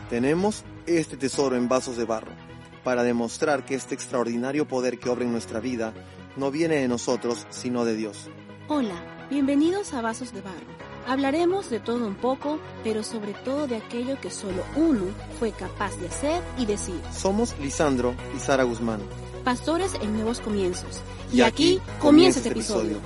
Tenemos este tesoro en vasos de barro, para demostrar que este extraordinario poder que obra en nuestra vida no viene de nosotros, sino de Dios. Hola, bienvenidos a Vasos de Barro. Hablaremos de todo un poco, pero sobre todo de aquello que solo uno fue capaz de hacer y decir. Somos Lisandro y Sara Guzmán, pastores en Nuevos Comienzos. Y aquí comienza este episodio.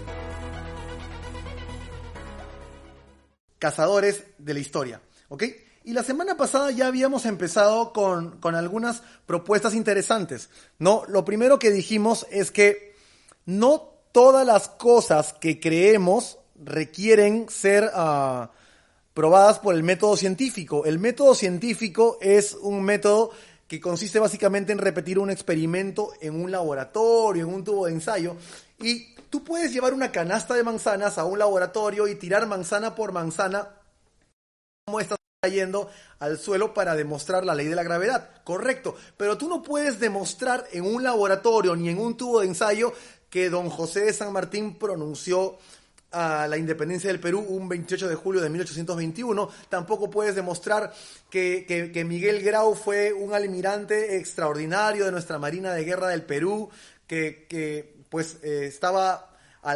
Cazadores de la historia, ¿ok? Y la semana pasada ya habíamos empezado con algunas propuestas interesantes, ¿no? Lo primero que dijimos es que no todas las cosas que creemos requieren ser probadas por el método científico. El método científico es un método que consiste básicamente en repetir un experimento en un laboratorio, en un tubo de ensayo, y tú puedes llevar una canasta de manzanas a un laboratorio y tirar manzana por manzana como estás cayendo al suelo para demostrar la ley de la gravedad, correcto, pero tú no puedes demostrar en un laboratorio ni en un tubo de ensayo que don José de San Martín pronunció a la independencia del Perú un 28 de julio de 1821. Tampoco puedes demostrar que Miguel Grau fue un almirante extraordinario de nuestra Marina de Guerra del Perú, que estaba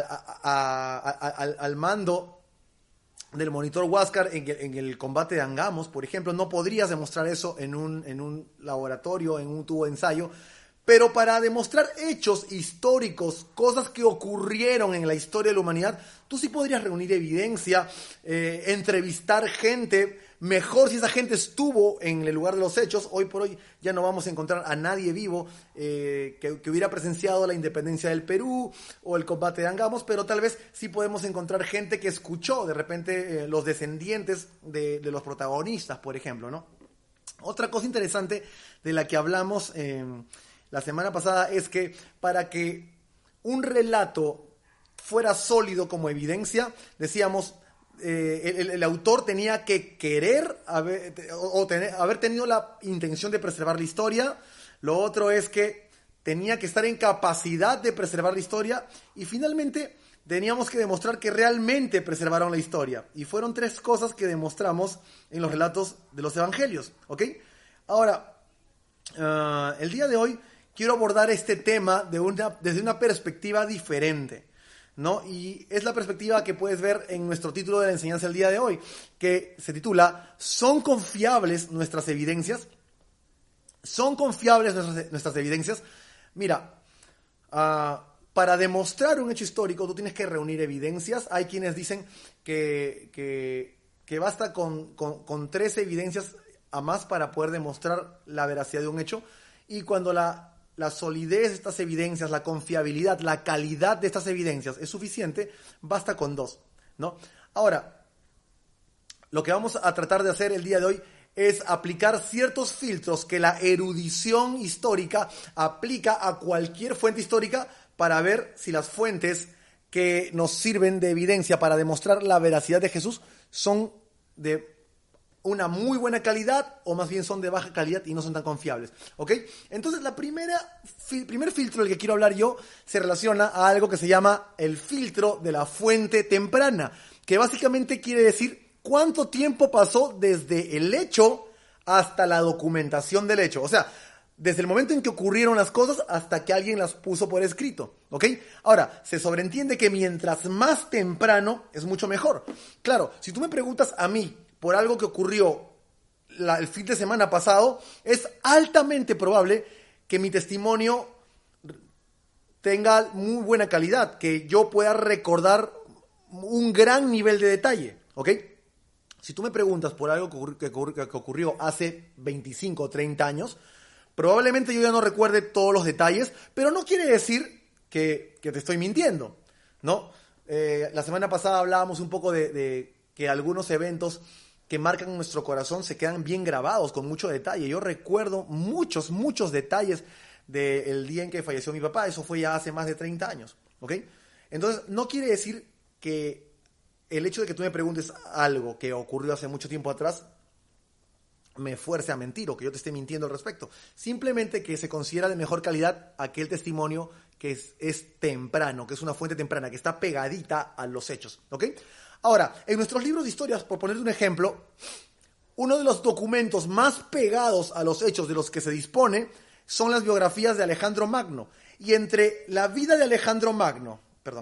al mando del monitor Huáscar en el combate de Angamos, por ejemplo. No podrías demostrar eso en un laboratorio, en un tubo de ensayo. Pero para demostrar hechos históricos, cosas que ocurrieron en la historia de la humanidad, tú sí podrías reunir evidencia, entrevistar gente, mejor si esa gente estuvo en el lugar de los hechos. Hoy por hoy ya no vamos a encontrar a nadie vivo que hubiera presenciado la independencia del Perú o el combate de Angamos, pero tal vez sí podemos encontrar gente que escuchó de repente los descendientes de los protagonistas, por ejemplo, ¿no? Otra cosa interesante de la que hablamos la semana pasada es que para que un relato fuera sólido como evidencia, decíamos, el autor tenía que querer haber tenido la intención de preservar la historia. Lo otro es que tenía que estar en capacidad de preservar la historia. Y finalmente teníamos que demostrar que realmente preservaron la historia. Y fueron tres cosas que demostramos en los relatos de los evangelios, ¿ok? Ahora, el día de hoy quiero abordar este tema desde una perspectiva diferente, ¿no? Y es la perspectiva que puedes ver en nuestro título de la enseñanza del día de hoy, que se titula ¿Son confiables nuestras evidencias? ¿Son confiables nuestras evidencias? Mira, para demostrar un hecho histórico tú tienes que reunir evidencias. Hay quienes dicen que basta con 13 evidencias a más para poder demostrar la veracidad de un hecho. Y cuando la solidez de estas evidencias, la confiabilidad, la calidad de estas evidencias es suficiente, basta con 2, ¿no? Ahora, lo que vamos a tratar de hacer el día de hoy es aplicar ciertos filtros que la erudición histórica aplica a cualquier fuente histórica para ver si las fuentes que nos sirven de evidencia para demostrar la veracidad de Jesús son de una muy buena calidad o más bien son de baja calidad y no son tan confiables, ¿ok? Entonces primer filtro del que quiero hablar yo se relaciona a algo que se llama el filtro de la fuente temprana, que básicamente quiere decir cuánto tiempo pasó desde el hecho hasta la documentación del hecho, o sea, desde el momento en que ocurrieron las cosas hasta que alguien las puso por escrito, ¿ok? Ahora, se sobreentiende que mientras más temprano es mucho mejor. Claro, si tú me preguntas a mí por algo que ocurrió el fin de semana pasado, es altamente probable que mi testimonio tenga muy buena calidad, que yo pueda recordar un gran nivel de detalle, ¿ok? Si tú me preguntas por algo que ocurrió hace 25 o 30 años, probablemente yo ya no recuerde todos los detalles, pero no quiere decir que te estoy mintiendo, ¿no? La semana pasada hablábamos un poco de que algunos eventos que marcan nuestro corazón se quedan bien grabados, con mucho detalle. Yo recuerdo muchos detalles del día en que falleció mi papá. Eso fue ya hace más de 30 años, ¿ok? Entonces, no quiere decir que el hecho de que tú me preguntes algo que ocurrió hace mucho tiempo atrás me fuerce a mentir o que yo te esté mintiendo al respecto. Simplemente que se considera de mejor calidad aquel testimonio que es temprano, que es una fuente temprana, que está pegadita a los hechos, ¿ok? Ahora, en nuestros libros de historias, por ponerte un ejemplo, uno de los documentos más pegados a los hechos de los que se dispone son las biografías de Alejandro Magno. Y entre la vida de Alejandro Magno,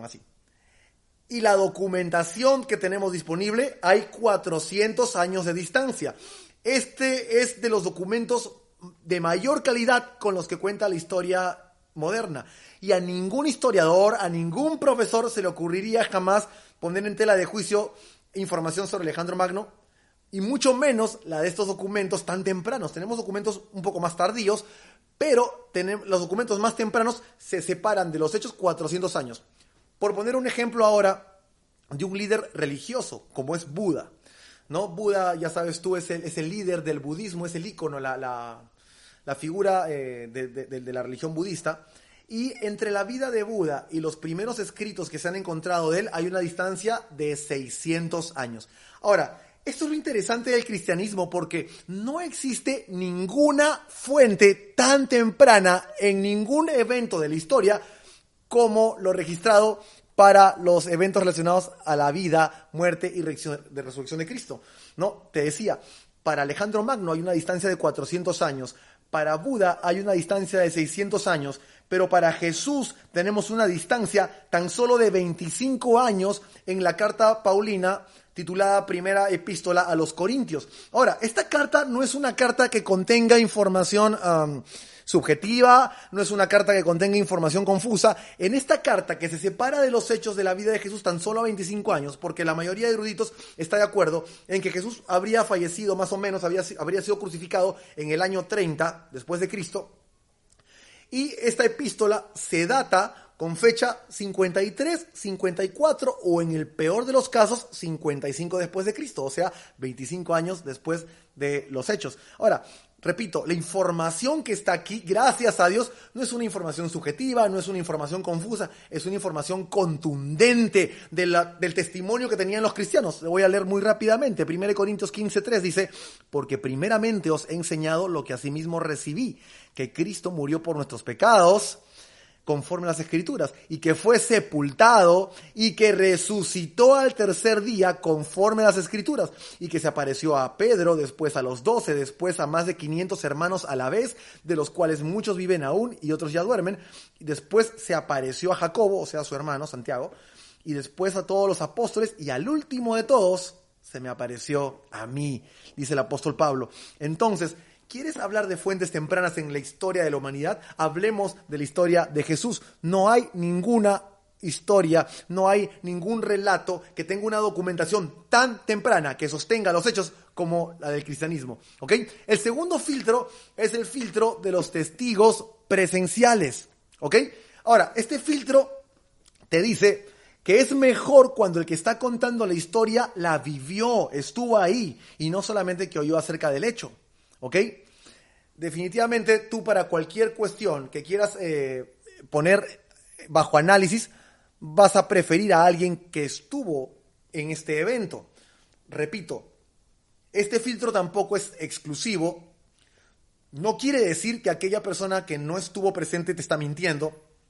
y la documentación que tenemos disponible, hay 400 años de distancia. Este es de los documentos de mayor calidad con los que cuenta la historia moderna. Y a ningún historiador, a ningún profesor se le ocurriría jamás poner en tela de juicio información sobre Alejandro Magno, y mucho menos la de estos documentos tan tempranos. Tenemos documentos un poco más tardíos, pero los documentos más tempranos se separan de los hechos 400 años. Por poner un ejemplo ahora de un líder religioso, como es Buda, ¿no? Buda, ya sabes tú, es el líder del budismo, es el ícono, la figura de la religión budista. Y entre la vida de Buda y los primeros escritos que se han encontrado de él hay una distancia de 600 años. Ahora, esto es lo interesante del cristianismo, porque no existe ninguna fuente tan temprana en ningún evento de la historia como lo registrado para los eventos relacionados a la vida, muerte y resurrección de Cristo, ¿no? Te decía, para Alejandro Magno hay una distancia de 400 años, para Buda hay una distancia de 600 años, pero para Jesús tenemos una distancia tan solo de 25 años en la carta paulina titulada Primera Epístola a los Corintios. Ahora, esta carta no es una carta que contenga información subjetiva, no es una carta que contenga información confusa. En esta carta, que se separa de los hechos de la vida de Jesús tan solo a 25 años, porque la mayoría de eruditos está de acuerdo en que Jesús habría fallecido más o menos, habría sido crucificado en el año 30 después de Cristo, y esta epístola se data con fecha 53, 54 o en el peor de los casos 55 después de Cristo, o sea, 25 años después de los hechos. Ahora, repito, la información que está aquí, gracias a Dios, no es una información subjetiva, no es una información confusa, es una información contundente del testimonio que tenían los cristianos. Le voy a leer muy rápidamente. 1 Corintios 15:3 dice: porque primeramente os he enseñado lo que asimismo recibí, que Cristo murió por nuestros pecados, conforme a las Escrituras, y que fue sepultado y que resucitó al tercer día conforme a las Escrituras, y que se apareció a Pedro, después a los 12, después a más de 500 hermanos a la vez, de los cuales muchos viven aún y otros ya duermen, y después se apareció a Jacobo, o sea, a su hermano Santiago, y después a todos los apóstoles, y al último de todos se me apareció a mí, dice el apóstol Pablo. Entonces, ¿quieres hablar de fuentes tempranas en la historia de la humanidad? Hablemos de la historia de Jesús. No hay ninguna historia, no hay ningún relato que tenga una documentación tan temprana que sostenga los hechos como la del cristianismo, ¿ok? El segundo filtro es el filtro de los testigos presenciales, ¿ok? Ahora, este filtro te dice que es mejor cuando el que está contando la historia la vivió, estuvo ahí, y no solamente que oyó acerca del hecho. ¿Ok? Definitivamente tú, para cualquier cuestión que quieras poner bajo análisis, vas a preferir a alguien que estuvo en este evento. Repito, este filtro tampoco es exclusivo. No quiere decir que aquella persona que no estuvo presente te está mintiendo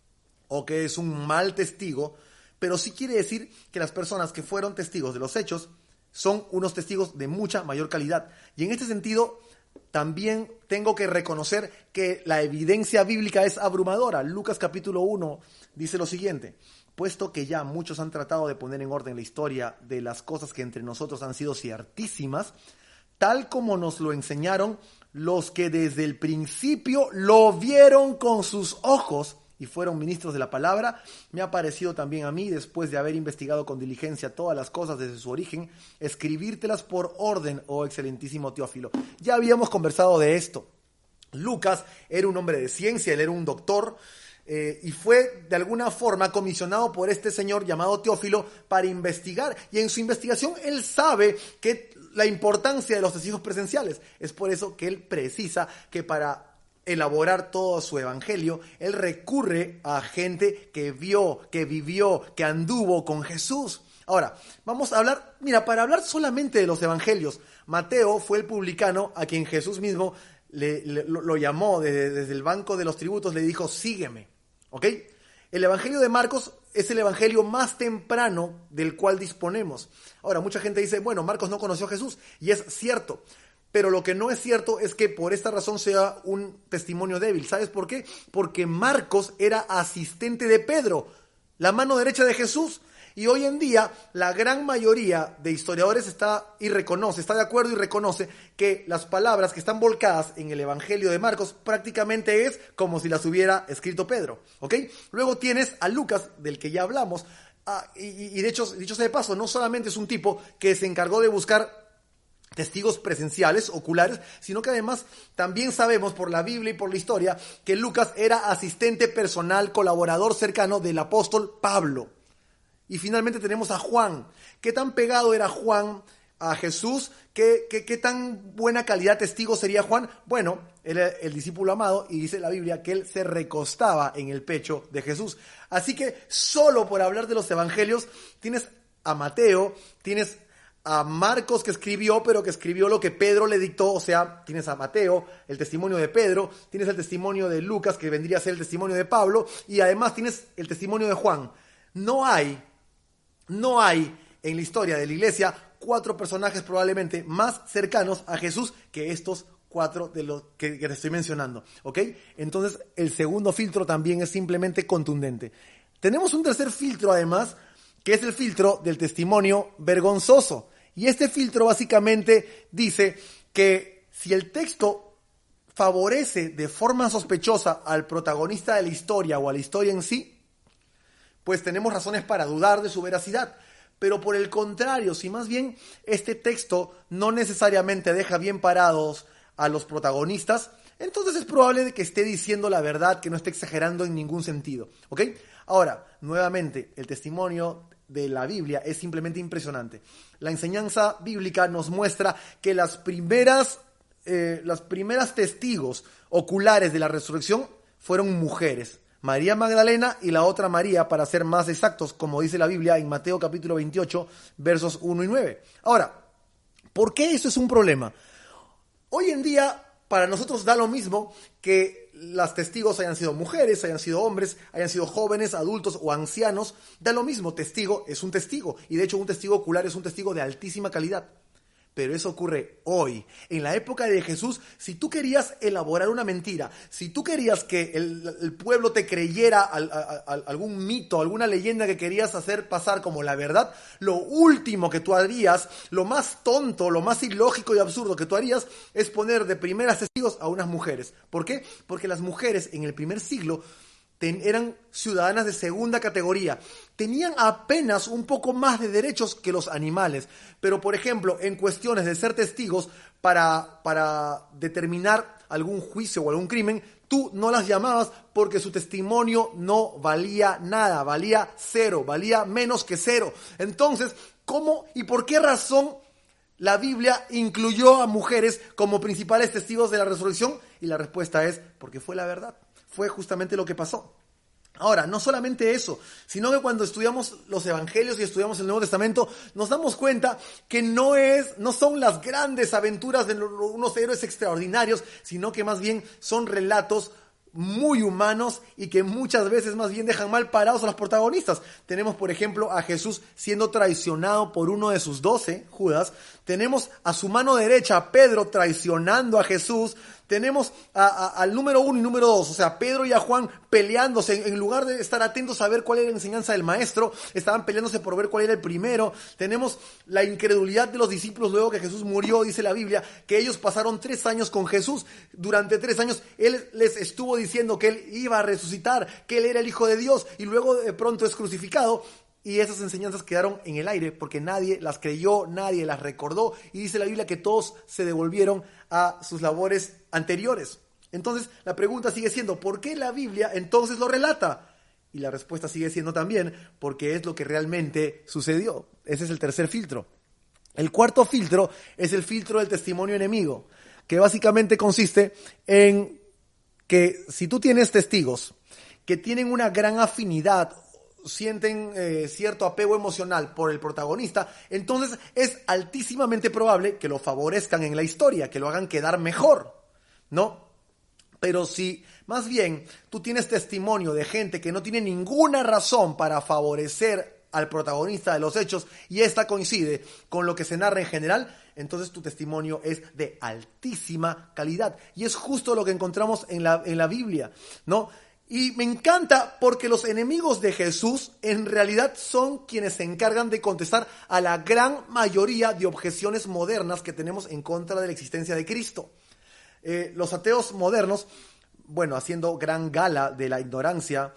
o que es un mal testigo, pero sí quiere decir que las personas que fueron testigos de los hechos son unos testigos de mucha mayor calidad. Y en este sentido, también tengo que reconocer que la evidencia bíblica es abrumadora. Lucas capítulo 1 dice lo siguiente: puesto que ya muchos han tratado de poner en orden la historia de las cosas que entre nosotros han sido ciertísimas, tal como nos lo enseñaron los que desde el principio lo vieron con sus ojos y fueron ministros de la palabra, me ha parecido también a mí, después de haber investigado con diligencia todas las cosas desde su origen, escribírtelas por orden, oh excelentísimo Teófilo. Ya habíamos conversado de esto. Lucas era un hombre de ciencia, él era un doctor, y fue de alguna forma comisionado por este señor llamado Teófilo para investigar, y en su investigación él sabe que la importancia de los testigos presenciales. Es por eso que él precisa que para elaborar todo su evangelio, él recurre a gente que vio, que vivió, que anduvo con Jesús. Ahora, vamos a hablar, para hablar solamente de los evangelios, Mateo fue el publicano a quien Jesús mismo lo llamó desde el banco de los tributos, le dijo: sígueme, ¿ok? El evangelio de Marcos es el evangelio más temprano del cual disponemos. Ahora, mucha gente dice, bueno, Marcos no conoció a Jesús, y es cierto, pero lo que no es cierto es que por esta razón sea un testimonio débil. ¿Sabes por qué? Porque Marcos era asistente de Pedro, la mano derecha de Jesús. Y hoy en día la gran mayoría de historiadores está de acuerdo y reconoce que las palabras que están volcadas en el Evangelio de Marcos prácticamente es como si las hubiera escrito Pedro, ¿ok? Luego tienes a Lucas, del que ya hablamos, y de hecho, dicho sea de paso, no solamente es un tipo que se encargó de buscar testigos presenciales, oculares, sino que además también sabemos por la Biblia y por la historia que Lucas era asistente personal, colaborador cercano del apóstol Pablo. Y finalmente tenemos a Juan. ¿Qué tan pegado era Juan a Jesús? ¿Qué tan buena calidad testigo sería Juan? Bueno, era el discípulo amado y dice la Biblia que él se recostaba en el pecho de Jesús. Así que solo por hablar de los evangelios tienes a Mateo, tienes a Marcos que escribió, pero que escribió lo que Pedro le dictó, o sea, tienes a Mateo, el testimonio de Pedro, tienes el testimonio de Lucas, que vendría a ser el testimonio de Pablo, y además tienes el testimonio de Juan. No hay en la historia de la iglesia 4 personajes probablemente más cercanos a Jesús que estos 4 de los que te estoy mencionando, ¿ok? Entonces, el segundo filtro también es simplemente contundente. Tenemos un tercer filtro, además, que es el filtro del testimonio vergonzoso. Y este filtro básicamente dice que si el texto favorece de forma sospechosa al protagonista de la historia o a la historia en sí, pues tenemos razones para dudar de su veracidad. Pero por el contrario, si más bien este texto no necesariamente deja bien parados a los protagonistas, entonces es probable que esté diciendo la verdad, que no esté exagerando en ningún sentido, ¿ok? Ahora, nuevamente, el testimonio de la Biblia es simplemente impresionante. La enseñanza bíblica nos muestra que las primeras testigos oculares de la resurrección fueron mujeres. María Magdalena y la otra María, para ser más exactos, como dice la Biblia en Mateo capítulo 28, versos 1 y 9. Ahora, ¿por qué eso es un problema? Hoy en día, para nosotros da lo mismo que las testigos hayan sido mujeres, hayan sido hombres, hayan sido jóvenes, adultos o ancianos. Da lo mismo, testigo es un testigo. Y de hecho un testigo ocular es un testigo de altísima calidad. Pero eso ocurre hoy. En la época de Jesús, si tú querías elaborar una mentira, si tú querías que el pueblo te creyera algún mito, alguna leyenda que querías hacer pasar como la verdad, lo último que tú harías, lo más tonto, lo más ilógico y absurdo que tú harías, es poner de primeras testigos a unas mujeres. ¿Por qué? Porque las mujeres en el primer siglo eran ciudadanas de segunda categoría, tenían apenas un poco más de derechos que los animales, pero por ejemplo en cuestiones de ser testigos para determinar algún juicio o algún crimen, tú no las llamabas porque su testimonio no valía nada, valía cero, valía menos que cero. Entonces, ¿cómo y por qué razón la Biblia incluyó a mujeres como principales testigos de la resurrección? Y la respuesta es porque fue la verdad. Fue justamente lo que pasó. Ahora, no solamente eso, sino que cuando estudiamos los evangelios y estudiamos el Nuevo Testamento, nos damos cuenta que no son las grandes aventuras de unos héroes extraordinarios, sino que más bien son relatos muy humanos y que muchas veces más bien dejan mal parados a los protagonistas. Tenemos, por ejemplo, a Jesús siendo traicionado por uno de sus 12, Judas. Tenemos a su mano derecha a Pedro traicionando a Jesús. Tenemos al número 1 y número 2, o sea, Pedro y a Juan peleándose. En lugar de estar atentos a ver cuál era la enseñanza del maestro, estaban peleándose por ver cuál era el primero. Tenemos la incredulidad de los discípulos luego que Jesús murió, dice la Biblia, que ellos pasaron 3 años con Jesús. Durante 3 años Él les estuvo diciendo que Él iba a resucitar, que Él era el Hijo de Dios, y luego de pronto es crucificado. Y esas enseñanzas quedaron en el aire porque nadie las creyó, nadie las recordó. Y dice la Biblia que todos se devolvieron a sus labores anteriores. Entonces la pregunta sigue siendo, ¿por qué la Biblia entonces lo relata? Y la respuesta sigue siendo también, porque es lo que realmente sucedió. Ese es el tercer filtro. El cuarto filtro es el filtro del testimonio enemigo, que básicamente consiste en que si tú tienes testigos que tienen una gran afinidad, sienten cierto apego emocional por el protagonista, entonces es altísimamente probable que lo favorezcan en la historia, que lo hagan quedar mejor, ¿no? Pero si más bien tú tienes testimonio de gente que no tiene ninguna razón para favorecer al protagonista de los hechos y esta coincide con lo que se narra en general, entonces tu testimonio es de altísima calidad. Y es justo lo que encontramos en la Biblia, ¿no? Y me encanta porque los enemigos de Jesús en realidad son quienes se encargan de contestar a la gran mayoría de objeciones modernas que tenemos en contra de la existencia de Cristo. Los ateos modernos, bueno, haciendo gran gala de la ignorancia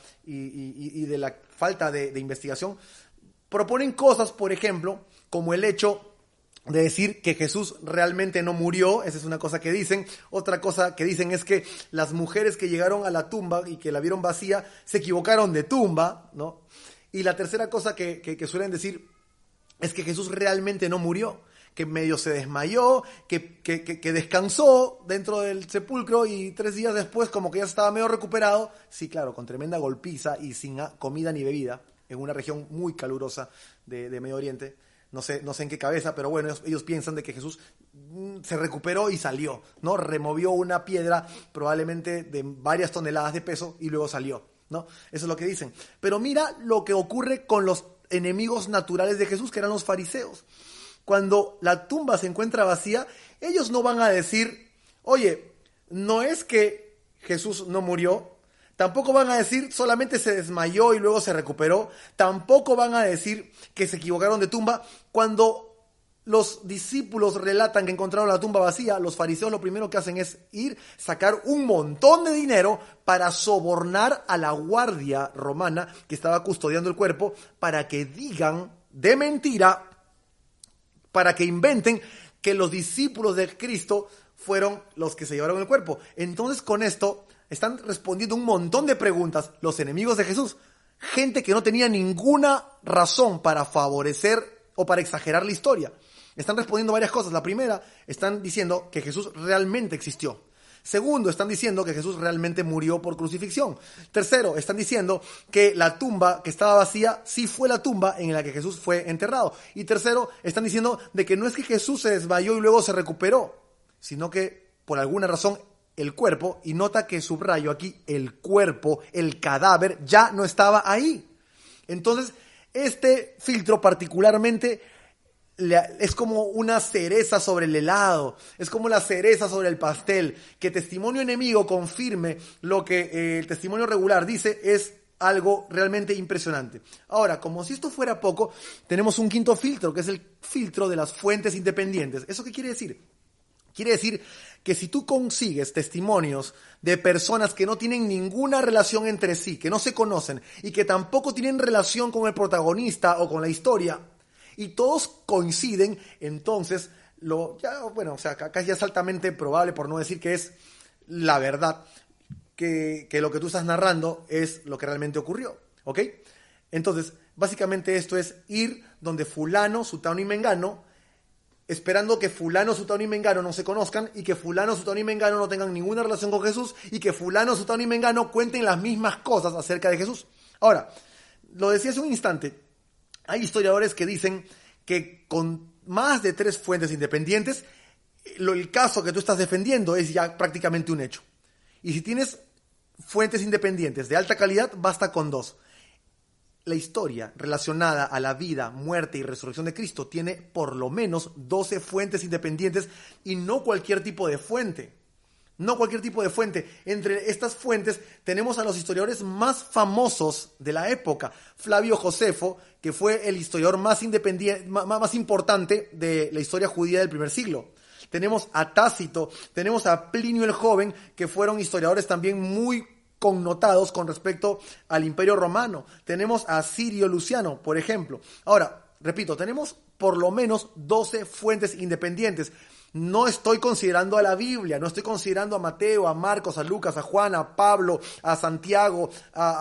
y de la falta de investigación, proponen cosas, por ejemplo, como el hecho de decir que Jesús realmente no murió. Esa es una cosa que dicen. Otra cosa que dicen es que las mujeres que llegaron a la tumba y que la vieron vacía se equivocaron de tumba, ¿no? Y la tercera cosa que suelen decir es que Jesús realmente no murió, que medio se desmayó, que descansó dentro del sepulcro y 3 días después como que ya estaba medio recuperado. Sí, claro, con tremenda golpiza y sin comida ni bebida, en una región muy calurosa de Medio Oriente. No sé en qué cabeza, pero bueno, ellos piensan de que Jesús se recuperó y salió, ¿no? Removió una piedra probablemente de varias toneladas de peso y luego salió, ¿no? Eso es lo que dicen. Pero mira lo que ocurre con los enemigos naturales de Jesús, que eran los fariseos. Cuando la tumba se encuentra vacía, ellos no van a decir, oye, no es que Jesús no murió. Tampoco van a decir solamente se desmayó y luego se recuperó. Tampoco van a decir que se equivocaron de tumba. Cuando los discípulos relatan que encontraron la tumba vacía, los fariseos lo primero que hacen es sacar un montón de dinero para sobornar a la guardia romana que estaba custodiando el cuerpo para que digan de mentira, para que inventen que los discípulos de Cristo fueron los que se llevaron el cuerpo. Entonces con esto están respondiendo un montón de preguntas los enemigos de Jesús. Gente que no tenía ninguna razón para favorecer o para exagerar la historia. Están respondiendo varias cosas. La primera, están diciendo que Jesús realmente existió. Segundo, están diciendo que Jesús realmente murió por crucifixión. Tercero, están diciendo que la tumba que estaba vacía sí fue la tumba en la que Jesús fue enterrado. Y tercero, están diciendo de que no es que Jesús se desmayó y luego se recuperó, sino que por alguna razón el cuerpo, y nota que subrayo aquí, el cuerpo, el cadáver, ya no estaba ahí. Entonces, este filtro particularmente es como una cereza sobre el helado, es como la cereza sobre el pastel. Que testimonio enemigo confirme lo que el testimonio regular dice es algo realmente impresionante. Ahora, como si esto fuera poco, tenemos un quinto filtro, que es el filtro de las fuentes independientes. ¿Eso qué quiere decir? Quiere decir que si tú consigues testimonios de personas que no tienen ninguna relación entre sí, que no se conocen y que tampoco tienen relación con el protagonista o con la historia, y todos coinciden, entonces, acá ya es altamente probable, por no decir que es la verdad, que lo que tú estás narrando es lo que realmente ocurrió, ¿ok? Entonces, básicamente esto es ir donde fulano, sutano y mengano, esperando que fulano, sutano y mengano no se conozcan y que fulano, sutano y mengano no tengan ninguna relación con Jesús y que fulano, sutano y mengano cuenten las mismas cosas acerca de Jesús. Ahora, lo decía hace un instante, hay historiadores que dicen que con más de 3 fuentes independientes, el caso que tú estás defendiendo es ya prácticamente un hecho. Y si tienes fuentes independientes de alta calidad, basta con 2. La historia relacionada a la vida, muerte y resurrección de Cristo tiene por lo menos 12 fuentes independientes y no cualquier tipo de fuente. No cualquier tipo de fuente. Entre estas fuentes tenemos a los historiadores más famosos de la época. Flavio Josefo, que fue el historiador más importante de la historia judía del primer siglo. Tenemos a Tácito, tenemos a Plinio el Joven, que fueron historiadores también muy connotados con respecto al Imperio Romano. Tenemos a Sirio Luciano, por ejemplo. Ahora, repito, tenemos por lo menos 12 fuentes independientes. No estoy considerando a la Biblia, no estoy considerando a Mateo, a Marcos, a Lucas, a Juan, a Pablo, a Santiago,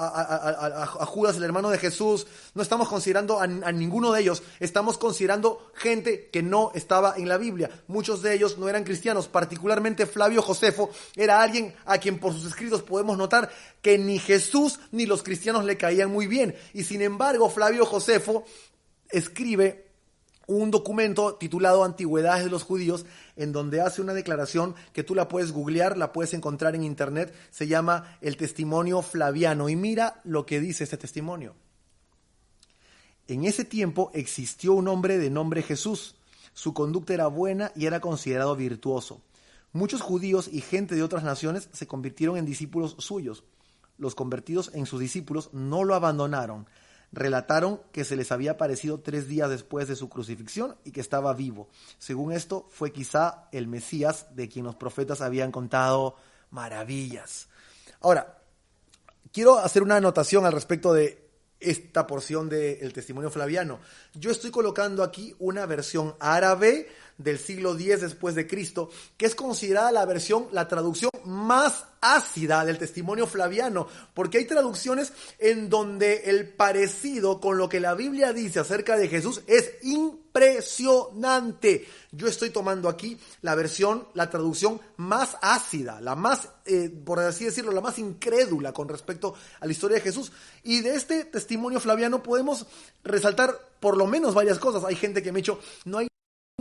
a Judas, el hermano de Jesús. No estamos considerando a ninguno de ellos. Estamos considerando gente que no estaba en la Biblia. Muchos de ellos no eran cristianos. Particularmente Flavio Josefo era alguien a quien por sus escritos podemos notar que ni Jesús ni los cristianos le caían muy bien. Y sin embargo, Flavio Josefo escribe un documento titulado Antigüedades de los Judíos, en donde hace una declaración que tú la puedes googlear, la puedes encontrar en internet, se llama El Testimonio Flaviano, y mira lo que dice este testimonio. En ese tiempo existió un hombre de nombre Jesús. Su conducta era buena y era considerado virtuoso. Muchos judíos y gente de otras naciones se convirtieron en discípulos suyos. Los convertidos en sus discípulos no lo abandonaron. Relataron que se les había aparecido 3 días después de su crucifixión y que estaba vivo. Según esto, fue quizá el Mesías de quien los profetas habían contado maravillas. Ahora, quiero hacer una anotación al respecto de esta porción del testimonio flaviano. Yo estoy colocando aquí una versión árabe del siglo X después de Cristo, que es considerada la traducción más ácida del testimonio flaviano, porque hay traducciones en donde el parecido con lo que la Biblia dice acerca de Jesús es impresionante. Yo estoy tomando aquí la traducción más ácida, la más, por así decirlo, la más incrédula con respecto a la historia de Jesús. Y de este testimonio flaviano podemos resaltar por lo menos varias cosas. Hay gente que me ha dicho, no hay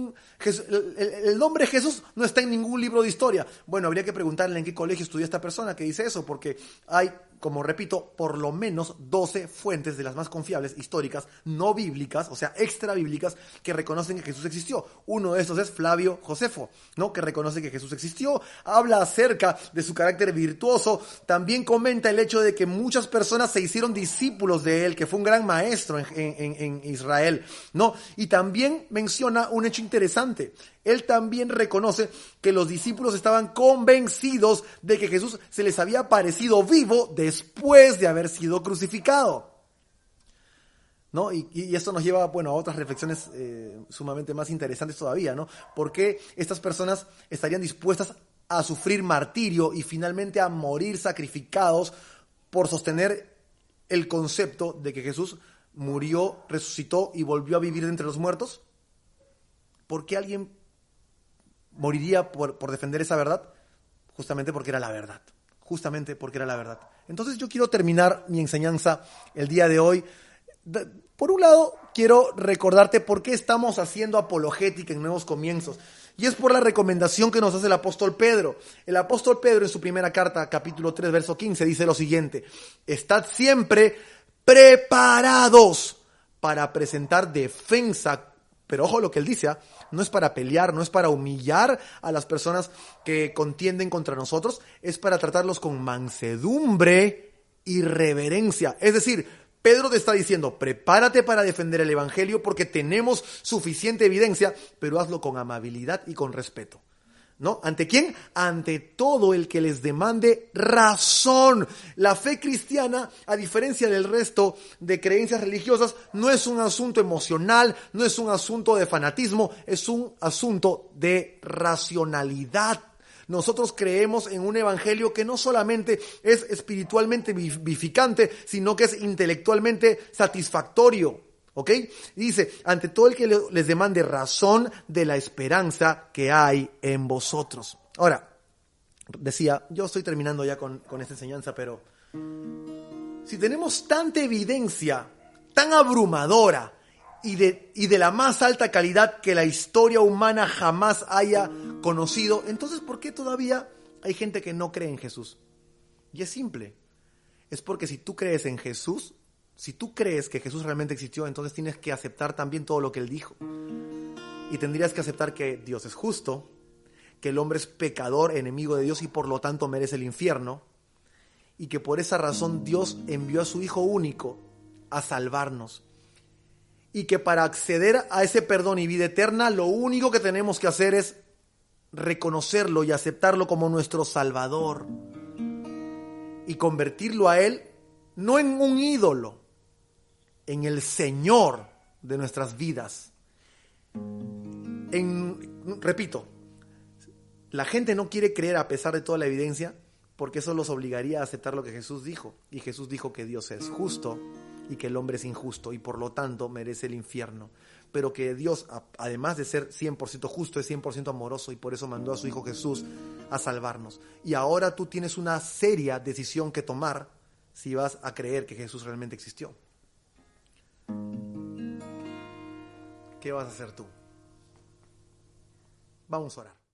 el nombre Jesús no está en ningún libro de historia. Bueno, habría que preguntarle en qué colegio estudió esta persona que dice eso, porque hay, como repito, por lo menos 12 fuentes de las más confiables, históricas, no bíblicas, o sea, extra bíblicas, que reconocen que Jesús existió. Uno de estos es Flavio Josefo, ¿no? Que reconoce que Jesús existió, habla acerca de su carácter virtuoso, también comenta el hecho de que muchas personas se hicieron discípulos de él, que fue un gran maestro en Israel, ¿no? Y también menciona un hecho interesante. Él también reconoce que los discípulos estaban convencidos de que Jesús se les había aparecido vivo después de haber sido crucificado, ¿no? Y esto nos lleva, bueno, a otras reflexiones sumamente más interesantes todavía, ¿no? ¿Por qué estas personas estarían dispuestas a sufrir martirio y finalmente a morir sacrificados por sostener el concepto de que Jesús murió, resucitó y volvió a vivir de entre los muertos? ¿Por qué alguien moriría por defender esa verdad? Justamente porque era la verdad. Justamente porque era la verdad. Entonces yo quiero terminar mi enseñanza el día de hoy. Por un lado, quiero recordarte por qué estamos haciendo apologética en Nuevos Comienzos. Y es por la recomendación que nos hace el apóstol Pedro. El apóstol Pedro en su primera carta, capítulo 3, verso 15, dice lo siguiente: estad siempre preparados para presentar defensa. Pero ojo lo que él dice, no es para pelear, no es para humillar a las personas que contienden contra nosotros, es para tratarlos con mansedumbre y reverencia. Es decir, Pedro te está diciendo, prepárate para defender el evangelio porque tenemos suficiente evidencia, pero hazlo con amabilidad y con respeto, ¿no? ¿Ante quién? Ante todo el que les demande razón. La fe cristiana, a diferencia del resto de creencias religiosas, no es un asunto emocional, no es un asunto de fanatismo, es un asunto de racionalidad. Nosotros creemos en un evangelio que no solamente es espiritualmente vivificante, sino que es intelectualmente satisfactorio. ¿Ok? Dice, ante todo el que les demande razón de la esperanza que hay en vosotros. Ahora, decía, yo estoy terminando ya con esta enseñanza, pero si tenemos tanta evidencia, tan abrumadora y de la más alta calidad que la historia humana jamás haya conocido, entonces ¿por qué todavía hay gente que no cree en Jesús? Y es simple, es porque si tú crees en Jesús, si tú crees que Jesús realmente existió, entonces tienes que aceptar también todo lo que Él dijo. Y tendrías que aceptar que Dios es justo, que el hombre es pecador, enemigo de Dios y por lo tanto merece el infierno, y que por esa razón Dios envió a su Hijo único a salvarnos. Y que para acceder a ese perdón y vida eterna, lo único que tenemos que hacer es reconocerlo y aceptarlo como nuestro Salvador. Y convertirlo a Él, no en un ídolo, en el Señor de nuestras vidas. Repito, la gente no quiere creer a pesar de toda la evidencia porque eso los obligaría a aceptar lo que Jesús dijo. Y Jesús dijo que Dios es justo y que el hombre es injusto y por lo tanto merece el infierno. Pero que Dios, además de ser 100% justo, es 100% amoroso y por eso mandó a su Hijo Jesús a salvarnos. Y ahora tú tienes una seria decisión que tomar si vas a creer que Jesús realmente existió. ¿Qué vas a hacer tú? Vamos a orar.